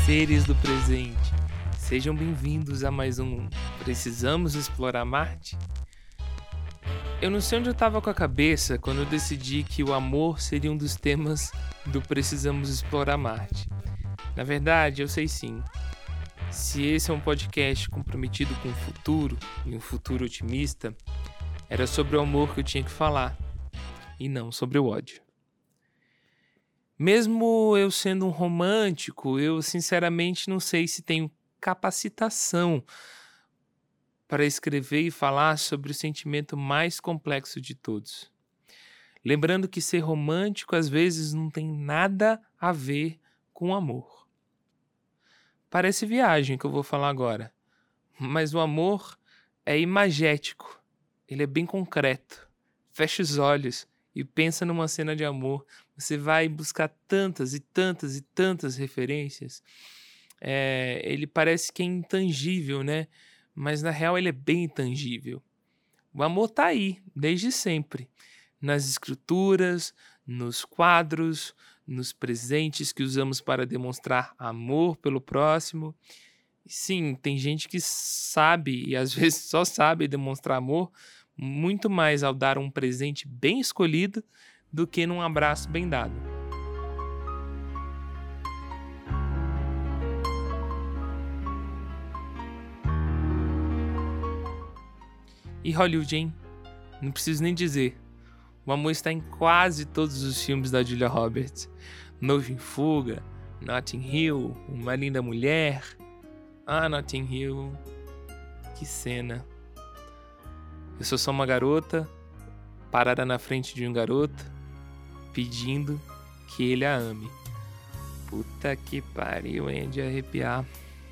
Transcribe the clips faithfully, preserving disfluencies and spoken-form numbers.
seres do presente, sejam bem-vindos a mais um Precisamos Explorar Marte? Eu não sei onde eu estava com a cabeça quando eu decidi que o amor seria um dos temas do Precisamos Explorar Marte. Na verdade, eu sei sim. Se esse é um podcast comprometido com o futuro, e um futuro otimista, era sobre o amor que eu tinha que falar, e não sobre o ódio. Mesmo eu sendo um romântico, eu sinceramente não sei se tenho capacitação para escrever e falar sobre o sentimento mais complexo de todos. Lembrando que ser romântico às vezes não tem nada a ver com amor. Parece viagem que eu vou falar agora, mas o amor é imagético, ele é bem concreto. Fecha os olhos e pensa numa cena de amor, você vai buscar tantas e tantas e tantas referências. É, ele parece que é intangível, né? Mas na real ele é bem intangível. O amor tá aí, desde sempre. Nas escrituras, nos quadros, nos presentes que usamos para demonstrar amor pelo próximo. Sim, tem gente que sabe, e às vezes só sabe demonstrar amor, muito mais ao dar um presente bem escolhido do que num abraço bem dado. E Hollywood, hein? Não preciso nem dizer. O amor está em quase todos os filmes da Julia Roberts. Noivo em Fuga, Notting Hill, Uma Linda Mulher. Ah, Notting Hill. Que cena. Eu sou só uma garota, parada na frente de um garoto, pedindo que ele a ame. Puta que pariu, hein? De arrepiar.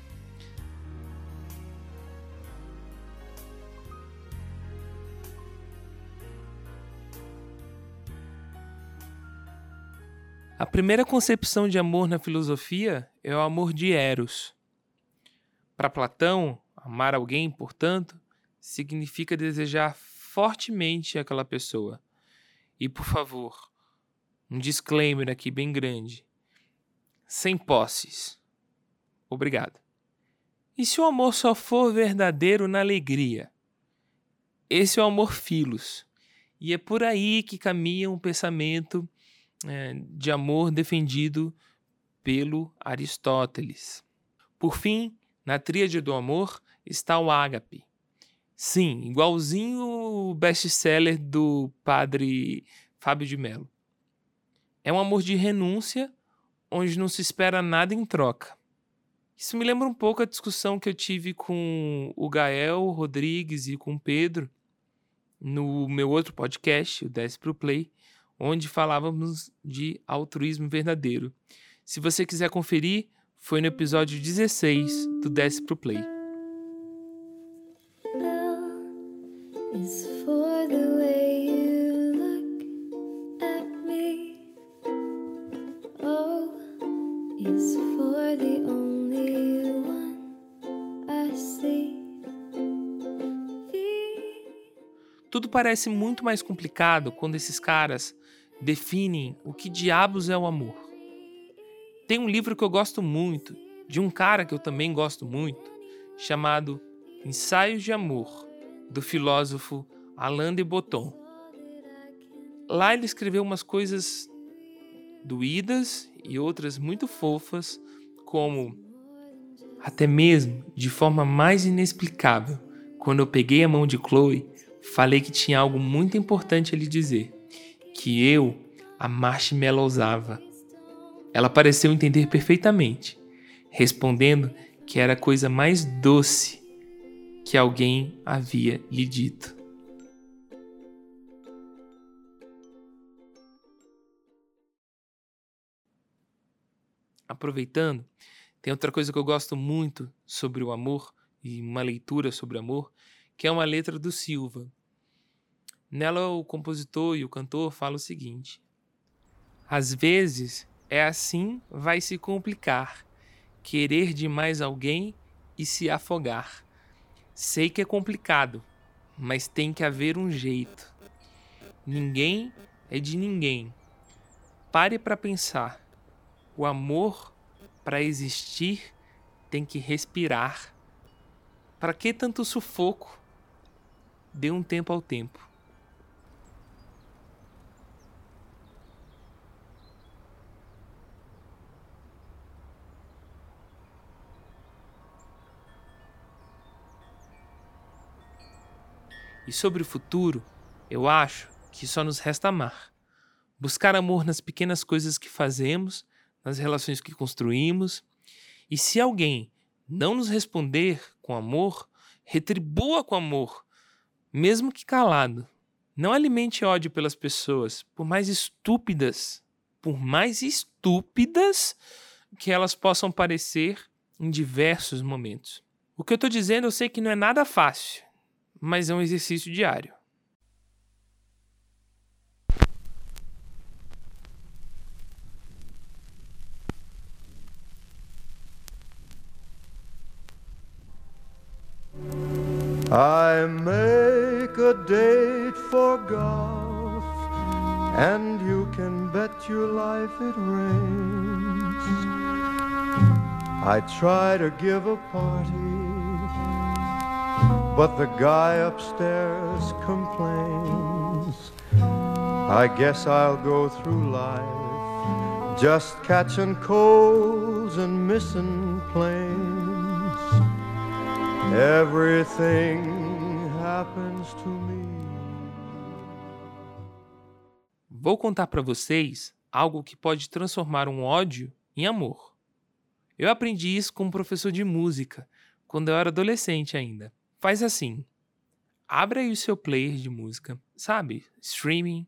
A primeira concepção de amor na filosofia é o amor de Eros. Para Platão, amar alguém, portanto, significa desejar fortemente aquela pessoa. E, por favor, um disclaimer aqui bem grande. Sem posses. Obrigado. E se o amor só for verdadeiro na alegria? Esse é o amor philos. E é por aí que caminha um pensamento é, de amor defendido pelo Aristóteles. Por fim, na tríade do amor está o ágape. Sim, igualzinho o best-seller do padre Fábio de Mello. É um amor de renúncia, onde não se espera nada em troca. Isso me lembra um pouco a discussão que eu tive com o Gael Rodrigues e com o Pedro no meu outro podcast, o Desce Pro Play, onde falávamos de altruísmo verdadeiro. Se você quiser conferir, foi no episódio dezesseis do Desce Pro Play. Tudo parece muito mais complicado quando esses caras definem o que diabos é o amor. Tem um livro que eu gosto muito, de um cara que eu também gosto muito, chamado Ensaios de Amor, do filósofo Alain de Botton. Lá ele escreveu umas coisas doídas e outras muito fofas, como até mesmo de forma mais inexplicável, quando eu peguei a mão de Chloe, falei que tinha algo muito importante a lhe dizer, que eu a marshmallowsava. Ela pareceu entender perfeitamente, respondendo que era a coisa mais doce que alguém havia lhe dito. Aproveitando, tem outra coisa que eu gosto muito sobre o amor, e uma leitura sobre amor, que é uma letra do Silva. Nela o compositor e o cantor falam o seguinte: às vezes é assim vai se complicar, querer demais alguém e se afogar. Sei que é complicado, mas tem que haver um jeito. Ninguém é de ninguém. Pare para pensar. O amor para existir tem que respirar. Para que tanto sufoco? Dê um tempo ao tempo. E sobre o futuro, eu acho que só nos resta amar. Buscar amor nas pequenas coisas que fazemos, nas relações que construímos. E se alguém não nos responder com amor, retribua com amor, mesmo que calado. Não alimente ódio pelas pessoas, por mais estúpidas, por mais estúpidas que elas possam parecer em diversos momentos. O que eu estou dizendo, eu sei que não é nada fácil, mas é um exercício diário. I make a date for golf, and you can bet your life it rains. I try to give a party, but the guy upstairs complains. I guess I'll go through life just catching colds and missing planes. Everything happens to me. Vou contar para vocês algo que pode transformar um ódio em amor. Eu aprendi isso com um professor de música, quando eu era adolescente ainda. Faz assim, abre aí o seu player de música, sabe? Streaming.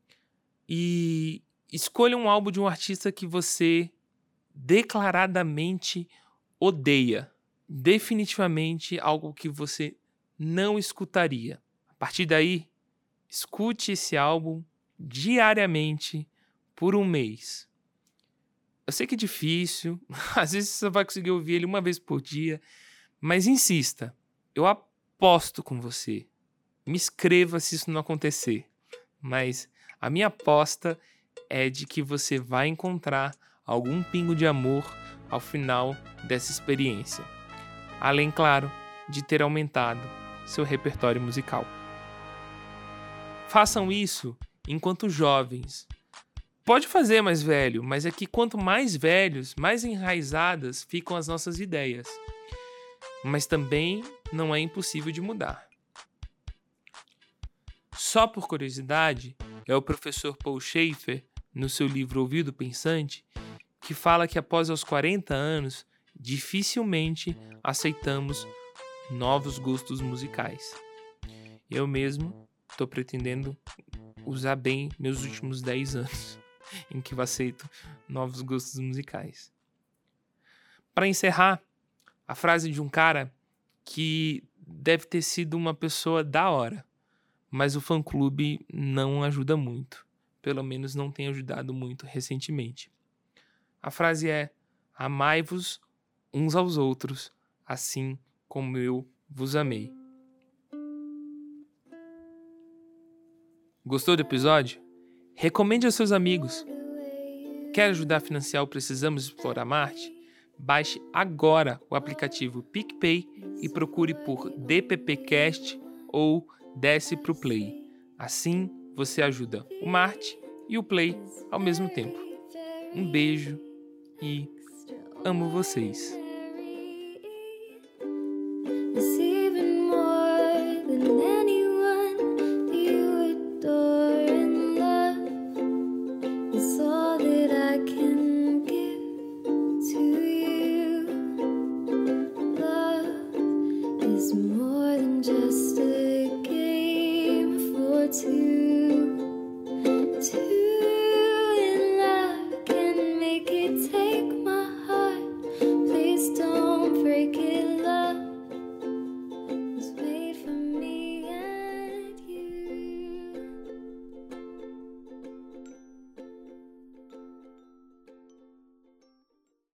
E escolha um álbum de um artista que você declaradamente odeia. Definitivamente algo que você não escutaria. A partir daí, escute esse álbum diariamente por um mês. Eu sei que é difícil, às vezes você vai conseguir ouvir ele uma vez por dia, mas insista. Eu aposto com você. Me escreva se isso não acontecer. Mas a minha aposta é de que você vai encontrar algum pingo de amor ao final dessa experiência. Além, claro, de ter aumentado seu repertório musical. Façam isso enquanto jovens. Pode fazer mais velho, mas é que quanto mais velhos, mais enraizadas ficam as nossas ideias. Mas também não é impossível de mudar. Só por curiosidade, é o professor Paul Schaefer, no seu livro Ouvido Pensante, que fala que após os quarenta anos, dificilmente aceitamos novos gostos musicais. Eu mesmo estou pretendendo usar bem meus últimos dez anos em que eu aceito novos gostos musicais. Para encerrar, a frase de um cara que deve ter sido uma pessoa da hora, mas o fã-clube não ajuda muito. Pelo menos não tem ajudado muito recentemente. A frase é: amai-vos uns aos outros, assim como eu vos amei. Gostou do episódio? Recomende aos seus amigos. Quer ajudar a financiar o Precisamos Explorar Marte? Baixe agora o aplicativo PicPay e procure por DPPcast ou Desce pro Play. Assim você ajuda o Marte e o Play ao mesmo tempo. Um beijo e amo vocês. More than just a game for two.